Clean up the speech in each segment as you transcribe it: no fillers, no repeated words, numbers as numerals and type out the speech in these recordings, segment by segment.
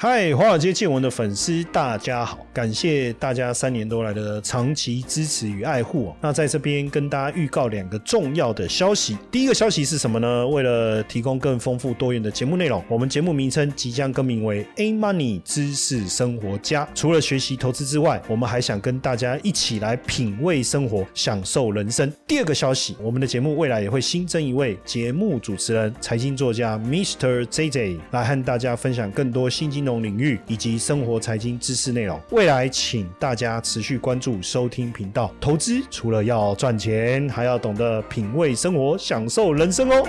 嗨，华尔街见闻的粉丝大家好，感谢大家3年多来的长期支持与爱护那在这边跟大家预告2个重要的消息。第一个消息是什么呢？为了提供更丰富多元的节目内容，我们节目名称即将更名为 A-Money 知识生活家。除了学习投资之外，我们还想跟大家一起来品味生活，享受人生。第二个消息，我们的节目未来也会新增一位节目主持人，财经作家 Mr. JJ 来和大家分享更多新金融领域以及生活财经知识内容。未来请大家持续关注收听频道。投资除了要赚钱，还要懂得品味生活，享受人生哦。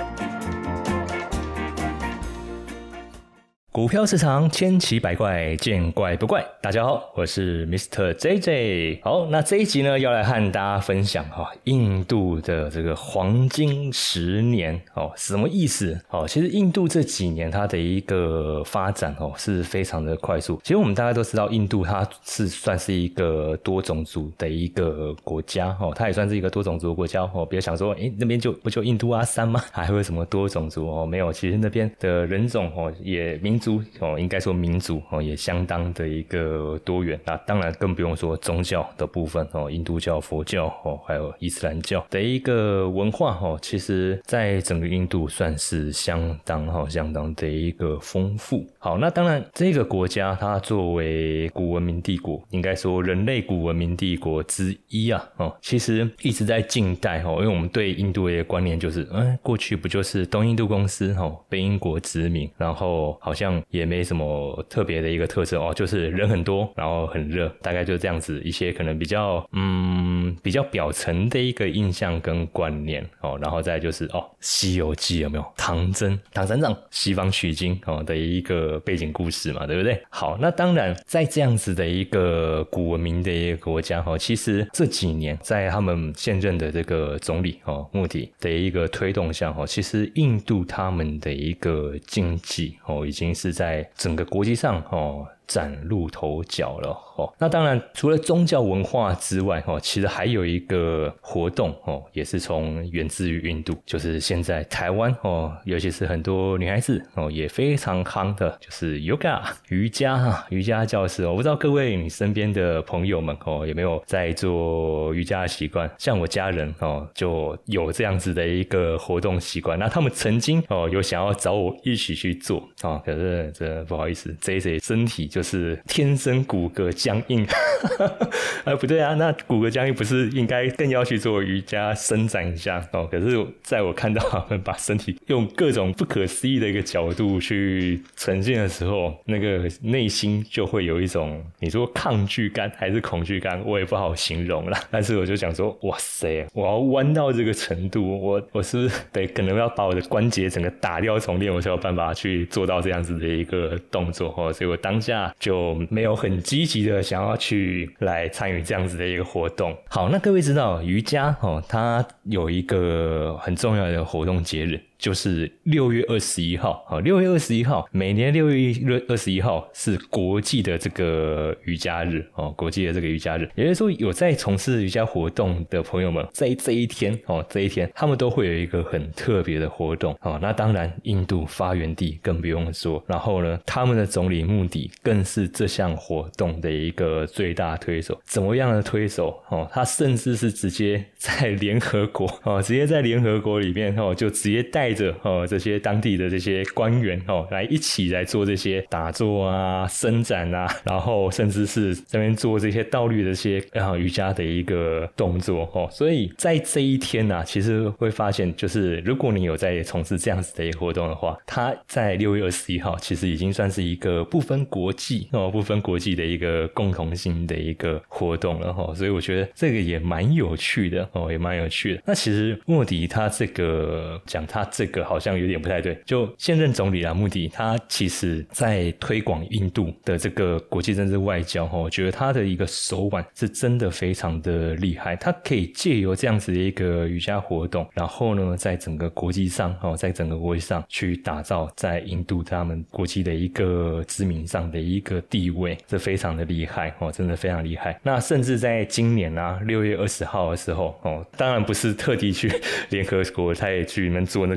股票市场千奇百怪，见怪不怪。大家好，我是 Mr. JJ。好，那这一集呢，要来和大家分享印度的这个黄金10年什么意思？其实印度这几年它的一个发展是非常的快速。其实我们大家都知道，印度它是算是一个多种族的一个国家它也算是一个多种族的国家别想说那边不就印度阿三吗？还会有什么多种族没有，其实那边的人种也民族应该说民族也相当的一个多元。那当然更不用说宗教的部分印度教、佛教还有伊斯兰教的一个文化其实在整个印度算是相当的一个丰富。好，那当然这个国家它作为古文明帝国，应该说人类古文明帝国之一其实一直在近代因为我们对印度的观念就是过去不就是东印度公司被英国殖民，然后好像也没什么特别的一个特色就是人很多，然后很热，大概就这样子一些可能比较表层的一个印象跟观念然后再来就是西游记有没有唐僧唐三藏西方取经的一个背景故事嘛，对不对？好，那当然在这样子的一个古文明的一个国家其实这几年在他们现任的这个总理莫迪的一个推动下其实印度他们的一个经济已经是在整个国际上崭露头角了那当然除了宗教文化之外其实还有一个活动也是源自于印度，就是现在台湾尤其是很多女孩子也非常夯的，就是 Yoga 瑜伽教室我不知道各位你身边的朋友们有没有在做瑜伽的习惯。像我家人就有这样子的一个活动习惯，那他们曾经有想要找我一起去做可是这不好意思，JJ身体就是天生骨骼僵硬不对啊，那骨骼僵硬不是应该更要去做瑜伽伸展一下可是在我看到他们把身体用各种不可思议的一个角度去呈现的时候，那个内心就会有一种你说抗拒感还是恐惧感，我也不好形容啦。但是我就想说哇塞，我要弯到这个程度，我是不是得可能要把我的关节整个打掉重练，我才有办法去做到这样子的一个动作所以我当下就没有很积极的想要去来参与这样子的一个活动。好，那各位知道瑜伽它有一个很重要的活动节日，就是6月21号6月21号每年6月21号是国际的这个瑜伽日国际的这个瑜伽日，也就是说有在从事瑜伽活动的朋友们在这一天他们都会有一个很特别的活动那当然印度发源地更不用说，然后呢他们的总理穆迪更是这项活动的一个最大推手。怎么样的推手他甚至是直接在联合国里面就直接带着这些当地的这些官员来一起来做这些打坐啊伸展啊，然后甚至是这边做这些倒立的这些瑜伽的一个动作所以在这一天其实会发现就是如果你有在从事这样子的一个活动的话，它在6月21号其实已经算是一个不分国际的一个共同性的一个活动了所以我觉得这个也蛮有趣的那其实莫迪他这个好像有点不太对，就现任总理莫迪他其实在推广印度的这个国际政治外交我觉得他的一个手腕是真的非常的厉害，他可以借由这样子的一个瑜伽活动，然后呢在整个国际上去打造在印度他们国际的一个知名上的一个地位，这非常的厉害真的非常厉害。那甚至在今年6月20号的时候当然不是特地去联合国他也去里面做那个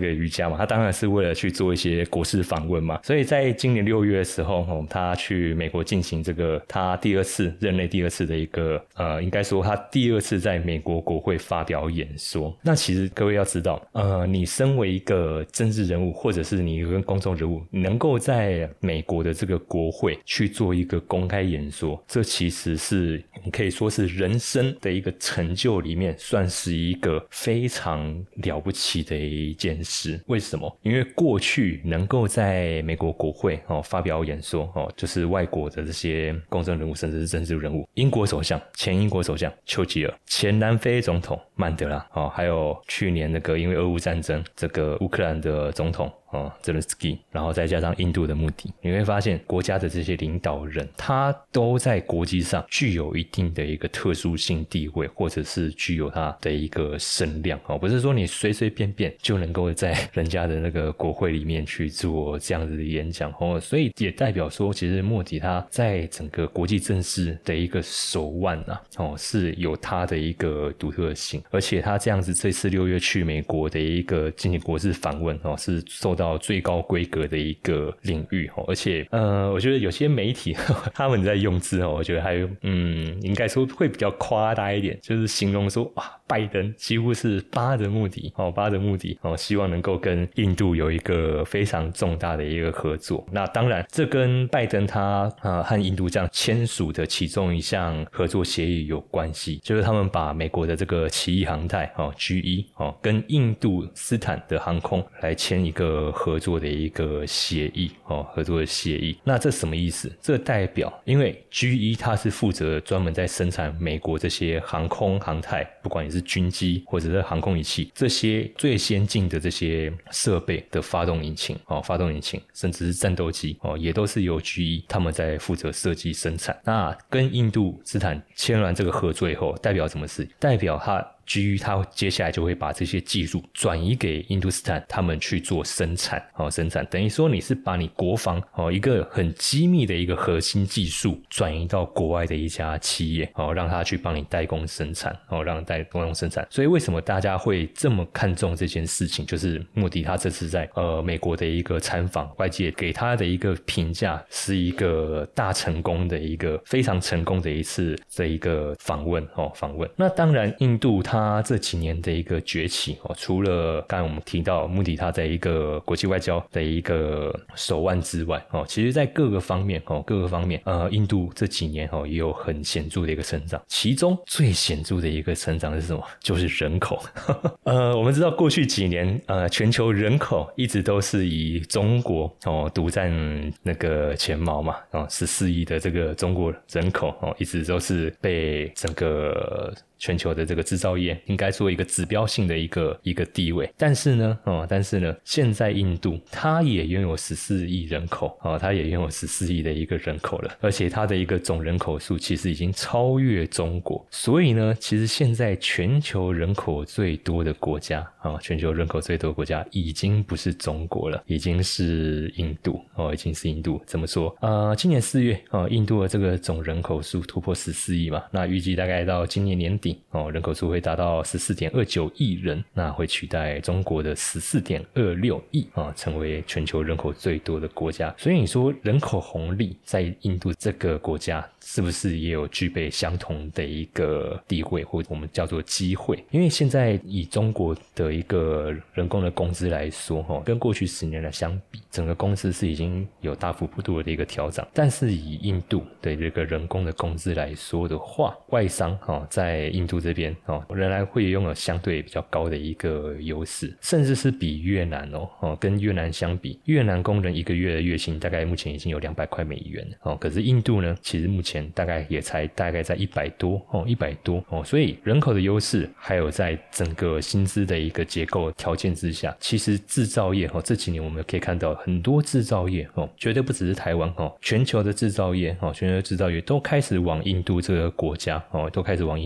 瑜伽嘛，他当然是为了去做一些国事访问嘛，所以在今年6月的时候，他去美国进行这个他任内第二次的一个应该说他第2次在美国国会发表演说。那其实各位要知道，你身为一个政治人物，或者是你跟公众人物，能够在美国的这个国会去做一个公开演说，这其实是你可以说是人生的一个成就里面算是一个非常了不起的一件事。为什么？因为过去能够在美国国会发表演说就是外国的这些公众人物甚至是政治人物，英国首相、前英国首相丘吉尔、前南非总统曼德拉还有去年那个因为俄乌战争这个乌克兰的总统泽连斯基，然后再加上印度的穆迪，你会发现国家的这些领导人他都在国际上具有一定的一个特殊性地位，或者是具有他的一个声量不是说你随随便便就能够在人家的那个国会里面去做这样子的演讲所以也代表说其实莫迪他在整个国际政治的一个手腕是有他的一个独特性，而且他这样子这次6月去美国的一个进行国事访问是受到最高规格的一个领域而且我觉得有些媒体他们在用字我觉得还有应该说会比较夸大一点，就是形容说拜登几乎是巴德穆迪希望能够跟印度有一个非常重大的一个合作。那当然这跟拜登他和印度这样签署的其中一项合作协议有关系，就是他们把美国的这个奇异航太G1跟印度斯坦的航空来签一个合作的一个协议那这什么意思？这代表因为 G1 它是负责专门在生产美国这些航空航太，不管你是军机或者是航空仪器，这些最先进的这些设备的发动引擎甚至是战斗机也都是由 G1 他们在负责设计生产。那跟印度斯坦签完这个合作以后，代表什么事？代表G1 它接下来就会把这些技术转移给印度斯坦他们去做生产等于说你是把你国防一个很机密的一个核心技术转移到国外的一家企业让他去帮你代工生产所以为什么大家会这么看重这件事情，就是莫迪他这次在美国的一个参访，外界给他的一个评价是一个大成功的一个非常成功的一次的一个访问。那当然印度他这几年的一个崛起除了刚才我们提到穆迪他在一个国际外交的一个手腕之外其实在各个方面印度这几年也有很显著的一个成长，其中最显著的一个成长是什么？就是人口我们知道过去几年全球人口一直都是以中国独占那个前茅嘛14亿的这个中国人口一直都是被整个全球的这个制造业应该做一个指标性的一个地位。但是呢现在印度它也拥有14亿人口它也拥有14亿的一个人口了，而且它的一个总人口数其实已经超越中国。所以呢其实现在全球人口最多的国家已经不是中国了，已经是印度怎么说今年4月印度的这个总人口数突破14亿嘛，那预计大概到今年年底人口数会达到 14.29 亿人，那会取代中国的 14.26 亿成为全球人口最多的国家。所以你说人口红利在印度这个国家是不是也有具备相同的一个地位，或者我们叫做机会？因为现在以中国的一个人工的工资来说跟过去10年来相比，整个工资是已经有大幅度的一个调整，但是以印度的这个人工的工资来说的话，外商在印度这边仍然会拥有相对比较高的一个优势，甚至是比越南跟越南相比，越南工人一个月的月薪大概目前已经有200块美元可是印度呢其实目前大概在100多所以人口的优势还有在整个薪资的一个结构条件之下，其实制造业这几年我们可以看到很多制造业绝对不只是台湾全球的制造业都开始往印度这个国家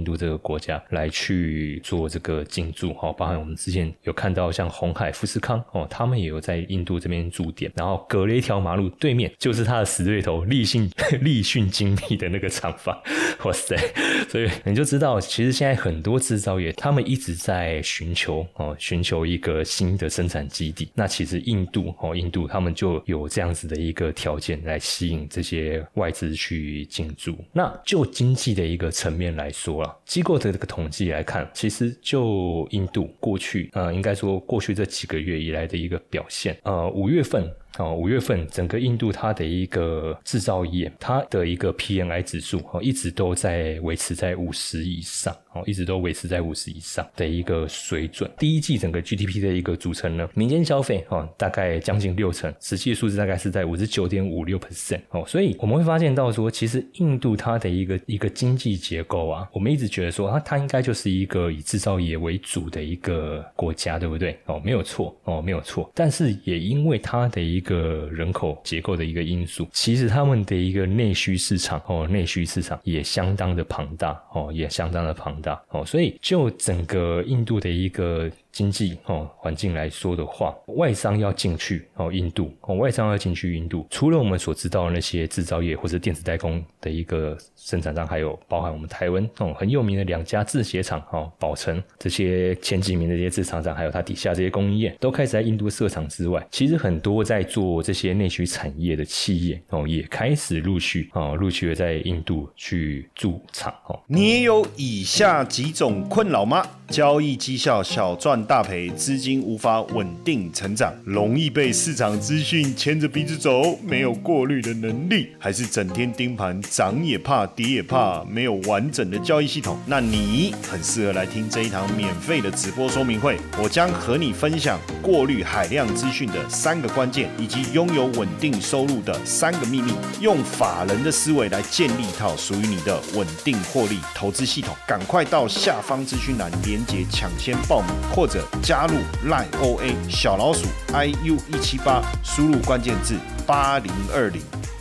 国家来去做这个进驻包含我们之前有看到像鸿海、富士康他们也有在印度这边驻点，然后隔了一条马路对面就是他的死对头立讯精密的那个厂房，哇塞！所以你就知道其实现在很多制造业他们一直在寻求一个新的生产基地，那其实印度他们就有这样子的一个条件来吸引这些外资去进驻。那就经济的一个层面来说啦，机构的这个统计来看，其实就印度过去应该说过去这几个月以来的一个表现，5月份整个印度它的一个制造业它的一个 PMI 指数一直都在维持在50以上一直都维持在50以上的一个水准。第一季整个 GDP 的一个组成呢，民间消费大概将近60%，实际的数字大概是在 59.56%所以我们会发现到说其实印度它的一个经济结构啊，我们一直觉得说它应该就是一个以制造业为主的一个国家，对不对没有错但是也因为它的一个人口结构的一个因素，其实他们的一个内需市场也相当的庞大所以就整个印度的一个经济环境来说的话，外商要进去印度除了我们所知道的那些制造业或者电子代工的一个生产商，还有包含我们台湾很有名的2家制鞋厂宝成，这些前几名的这些制厂商，还有它底下这些供应链都开始在印度设厂之外，其实很多在做这些内需产业的企业也开始陆续的在印度去驻厂你也有以下几种困扰吗？交易绩效小赚大赔，资金无法稳定成长，容易被市场资讯牵着鼻子走，没有过滤的能力，还是整天盯盘，涨也怕跌也怕，没有完整的交易系统？那你很适合来听这一堂免费的直播说明会，我将和你分享过滤海量资讯的3个关键，以及拥有稳定收入的3个秘密，用法人的思维来建立一套属于你的稳定获利投资系统。赶快到下方资讯栏连结抢先报名，或者加入 LINE OA 小老鼠 IU178， 输入关键字8020。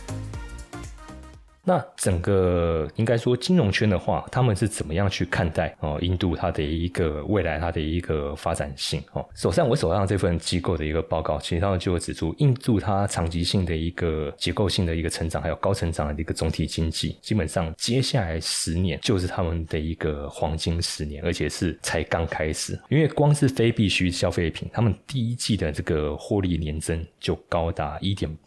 那整个应该说金融圈的话，他们是怎么样去看待印度它的一个未来它的一个发展性我手上这份机构的一个报告，其实他们就指出印度它长期性的一个结构性的一个成长，还有高成长的一个总体经济，基本上接下来10年就是他们的一个黄金10年，而且是才刚开始。因为光是非必需消费品，他们第一季的这个获利年增就高达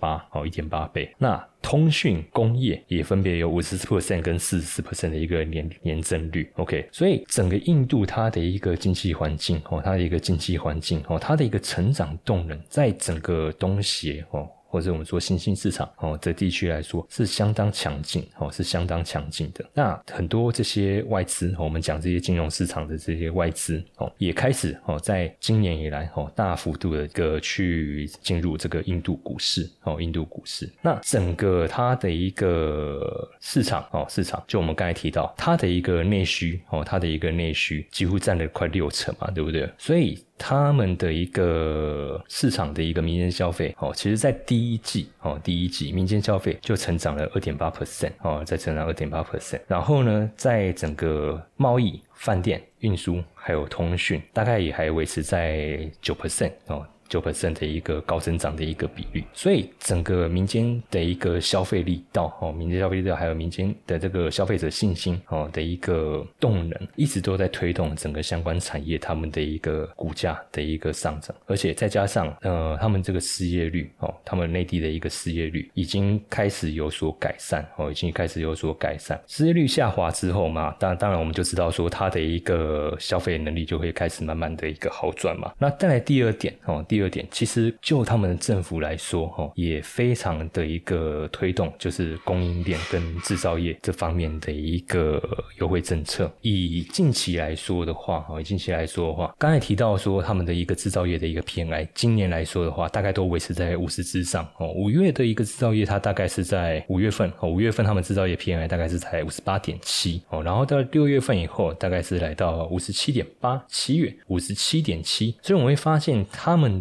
1.8 倍。那通讯工业也分别有 54% 跟 44% 的一个年增率 OK， 所以整个印度它的一个经济环境它的一个成长动能，在整个东协或者我们说新兴市场这地区来说是相当强劲的。那很多这些外资我们讲这些金融市场的这些外资也开始在今年以来大幅度的一个去进入这个印度股市那整个它的一个市场就我们刚才提到它的一个内需几乎占了快60%嘛，对不对？所以他们的一个市场的一个民间消费其实在第一季民间消费就成长了 2.8%再成长 2.8%， 然后呢在整个贸易、饭店、运输还有通讯大概也还维持在 9% 9% 的一个高增长的一个比率。所以整个民间的一个消费力道还有民间的这个消费者信心的一个动能，一直都在推动整个相关产业他们的一个股价的一个上涨。而且再加上他们这个失业率他们内地的一个失业率已经开始有所改善失业率下滑之后嘛，当然我们就知道说它的一个消费能力就会开始慢慢的一个好转嘛。那再来第二点，其实就他们的政府来说也非常的一个推动，就是供应链跟制造业这方面的一个优惠政策。以近期来说的话，刚才提到说他们的一个制造业的一个 PMI， 今年来说的话大概都维持在50之上5月的一个制造业它大概是在5月份他们制造业 PMI 大概是在 58.7 然后到6月份以后大概是来到 57.8， 7月 57.7， 所以我们会发现他们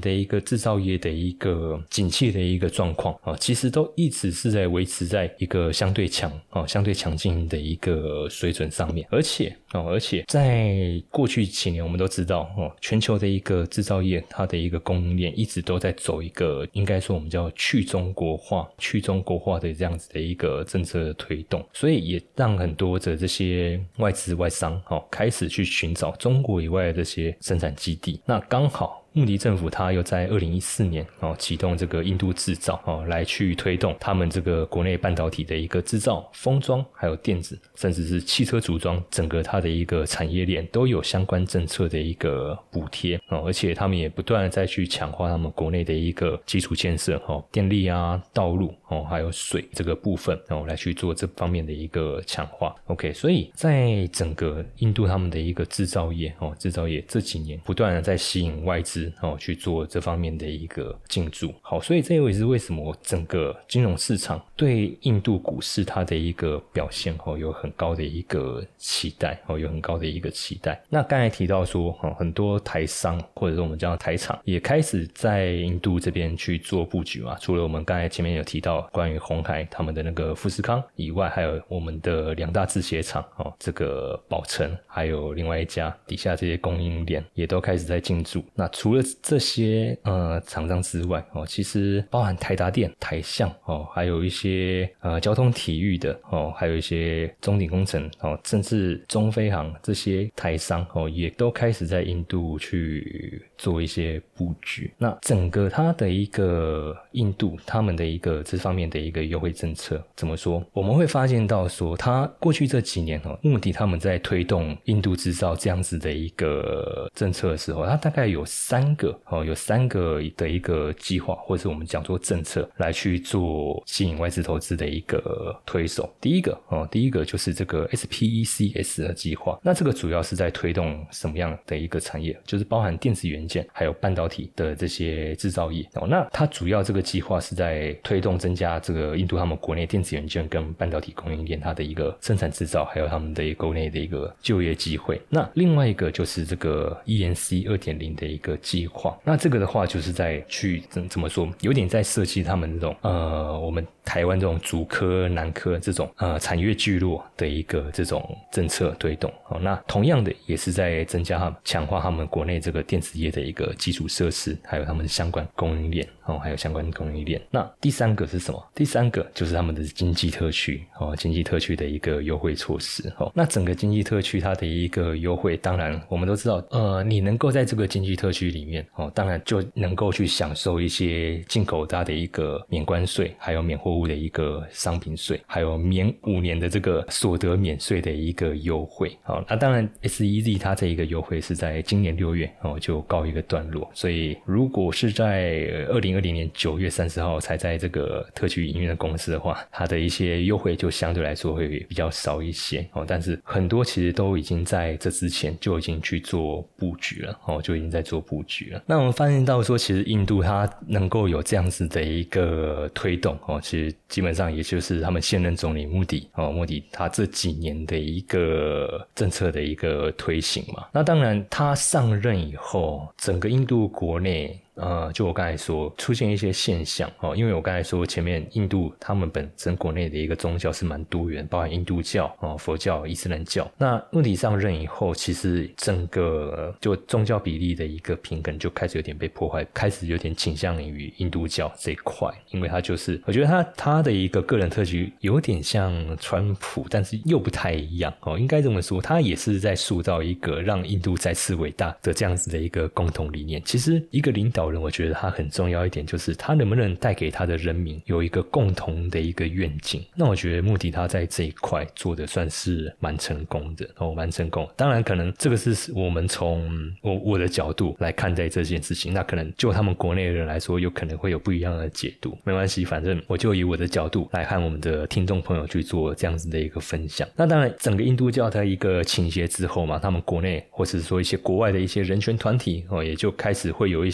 的一个制造业的一个景气的一个状况其实都一直是在维持在一个相对强劲的一个水准上面，而且在过去几年我们都知道全球的一个制造业它的一个供应链一直都在走一个应该说我们叫去中国化的这样子的一个政策的推动，所以也让很多的这些外资外商开始去寻找中国以外的这些生产基地。那刚好穆迪政府他又在2014年启动这个印度制造来去推动他们这个国内半导体的一个制造、封装还有电子甚至是汽车组装，整个它的一个产业链都有相关政策的一个补贴而且他们也不断的再去强化他们国内的一个基础建设电力啊、道路还有水这个部分来去做这方面的一个强化。 OK， 所以在整个印度他们的一个制造业这几年不断的在吸引外资去做这方面的一个进驻。好，所以这也是为什么整个金融市场对印度股市它的一个表现有很高的一个期待那刚才提到说很多台商或者是我们叫台厂也开始在印度这边去做布局嘛，除了我们刚才前面有提到关于鸿海他们的那个富士康以外，还有我们的2大制鞋厂这个宝成还有另外一家底下这些供应链也都开始在进驻。那除了这些厂商之外其实包含台达电、台橡还有一些交通体育的还有一些中鼎工程甚至中飞航这些台商也都开始在印度去做一些布局。那整个它的一个印度他们的一个这方面的一个优惠政策怎么说，我们会发现到说它过去这几年穆迪他们在推动印度制造这样子的一个政策的时候，它大概有3个的一个计划或者是我们讲做政策来去做吸引外资投资的一个推手。第一个就是这个 SPECS 的计划，那这个主要是在推动什么样的一个产业，就是包含电子元件还有半导体的这些制造业那它主要这个计划是在推动增加这个印度他们国内电子元件跟半导体供应链它的一个生产制造还有他们的国内的一个就业机会。那另外一个就是这个 ENC 2.0 的一个计划，那这个的话就是在去怎么说，有点在设计他们这种我们台湾这种竹科南科这种产业聚落的一个这种政策推动那同样的也是在增加强化他们国内这个电子业的一个基础设施还有他们相关供应链还有相关供应链。那第3个是什么？第3个就是他们的经济特区经济特区的一个优惠措施那整个经济特区它的一个优惠，当然我们都知道你能够在这个经济特区里面当然就能够去享受一些进口它的一个免关税还有免货物的一个商品税，还有免5年的这个所得免税的一个优惠那当然 SEZ 它这一个优惠是在今年6月就告一个段落，所以如果是在2020年9月30号才在这个特区营运的公司的话，它的一些优惠就相对来说会比较少一些但是很多其实都已经在这之前就已经去做布局了那我们发现到说其实印度它能够有这样子的一个推动其实基本上也就是他们现任总理穆迪他这几年的一个政策的一个推行嘛。那当然他上任以后整个印度国内就我刚才说出现一些现象因为我刚才说前面印度他们本身国内的一个宗教是蛮多元，包含印度教佛教、伊斯兰教。那穆迪上任以后，其实整个就宗教比例的一个平衡就开始有点被破坏，开始有点倾向于印度教这一块，因为他就是我觉得他的一个个人特质有点像川普，但是又不太一样应该这么说，他也是在塑造一个让印度再次伟大的这样子的一个共同理念。其实一个领导人我觉得他很重要一点就是他能不能带给他的人民有一个共同的一个愿景。那我觉得穆迪他在这一块做的算是蛮成功的蛮成功。当然可能这个是我们从我的角度来看待这件事情，那可能就他们国内的人来说有可能会有不一样的解读，没关系，反正我就以我的角度来和我们的听众朋友去做这样子的一个分享。那当然整个印度教的一个倾斜之后嘛，他们国内或是说一些国外的一些人权团体也就开始会有一些比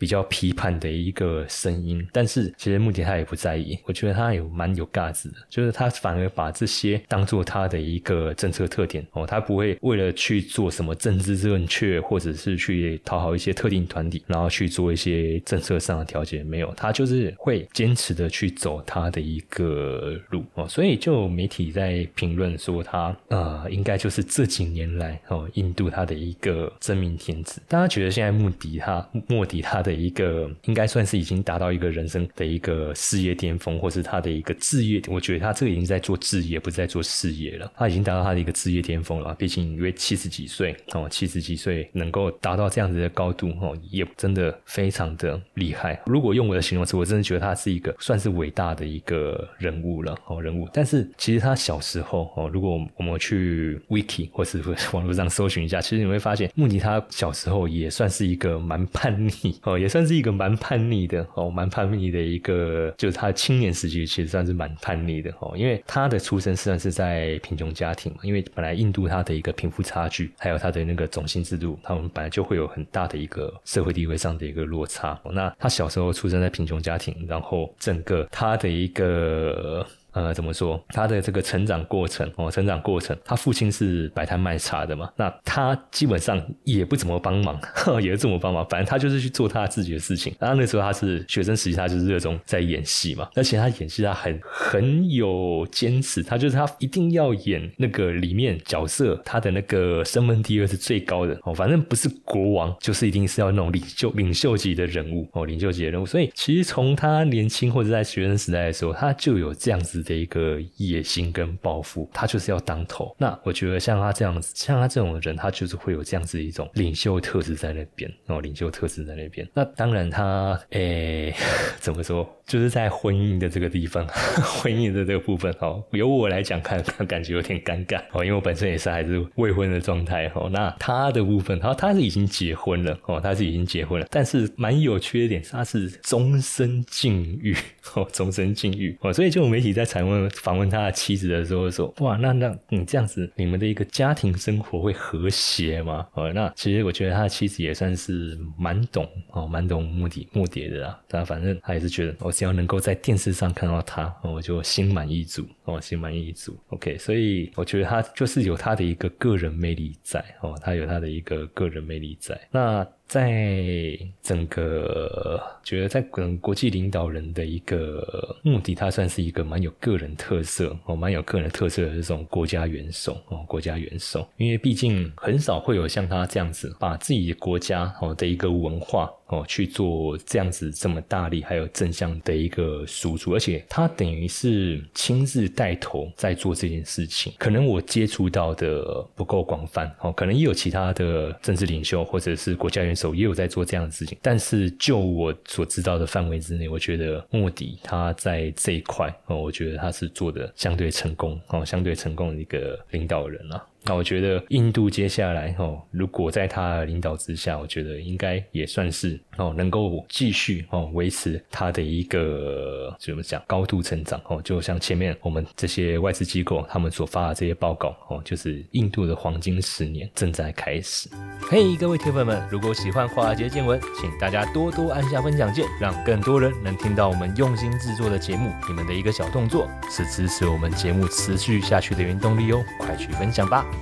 较批判的一个声音，但是其实穆迪他也不在意，我觉得他蛮有架子的，就是他反而把这些当做他的一个政策特点他不会为了去做什么政治正确，或者是去讨好一些特定团体，然后去做一些政策上的调节，没有，他就是会坚持的去走他的一个路所以就媒体在评论说他应该就是这几年来印度他的一个真命天子。大家觉得现在莫迪他的一个应该算是已经达到一个人生的一个事业巅峰，或是他的一个事业，我觉得他这个已经在做事业，不是在做事业了，他已经达到他的一个事业巅峰了。毕竟因为70几岁能够达到这样子的高度也真的非常的厉害。如果用我的形容词，我真的觉得他是一个算是伟大的一个人物了但是其实他小时候如果我们去 Wiki 或是网络上搜寻一下，其实你会发现穆迪他小时候也算是一个蛮叛逆也算是一个蛮叛逆的一个，就是他青年时期其实算是蛮叛逆的因为他的出生算是在贫穷家庭嘛，因为本来印度他的一个贫富差距还有他的那个种姓制度，他们本来就会有很大的一个社会地位上的一个落差那他小时候出生在贫穷家庭，然后整个他的一个怎么说，他的这个成长过程他父亲是摆摊卖茶的嘛，那他基本上也不怎么帮忙反正他就是去做他自己的事情。然后那时候他是学生时期，他就是热衷在演戏嘛，而且他演戏他很有坚持，他一定要演那个里面角色他的那个身份地位是最高的反正不是国王就是一定是要那种领袖级的人物所以其实从他年轻或者在学生时代的时候，他就有这样子的一个野心跟抱负，他就是要当头。那我觉得像他这种人，他就是会有这样子一种领袖特质在那边那当然他怎么说，就是在婚姻的这个地方婚姻的这个部分由我来讲看感觉有点尴尬因为我本身也是还是未婚的状态那他的部分他是已经结婚了但是蛮有趣的一点，他是终身禁欲所以就有媒体在访问他的妻子的时候说，哇，那你这样子你们的一个家庭生活会和谐吗那其实我觉得他的妻子也算是蛮懂穆迪的啦，但反正他也是觉得我只要能够在电视上看到他我就心满意足OK， 所以我觉得他就是有他的一个个人魅力在那在整个觉得在国际领导人的一个目的，他算是一个蛮有个人特色的这种国家元首，因为毕竟很少会有像他这样子把自己的国家的一个文化去做这样子这么大力还有正向的一个输出，而且他等于是亲自带头在做这件事情。可能我接触到的不够广泛可能也有其他的政治领袖或者是国家元首也有在做这样的事情，但是就我所知道的范围之内，我觉得莫迪他在这一块我觉得他是做的相对成功的一个领导人啊。那我觉得印度接下来如果在他的领导之下，我觉得应该也算是能够继续维持他的一个怎么讲高度成长就像前面我们这些外资机构他们所发的这些报告就是印度的黄金10年正在开始。嘿，各位铁粉们，如果喜欢华尔街见闻，请大家多多按下分享键，让更多人能听到我们用心制作的节目。你们的一个小动作是支持我们节目持续下去的原动力快去分享吧。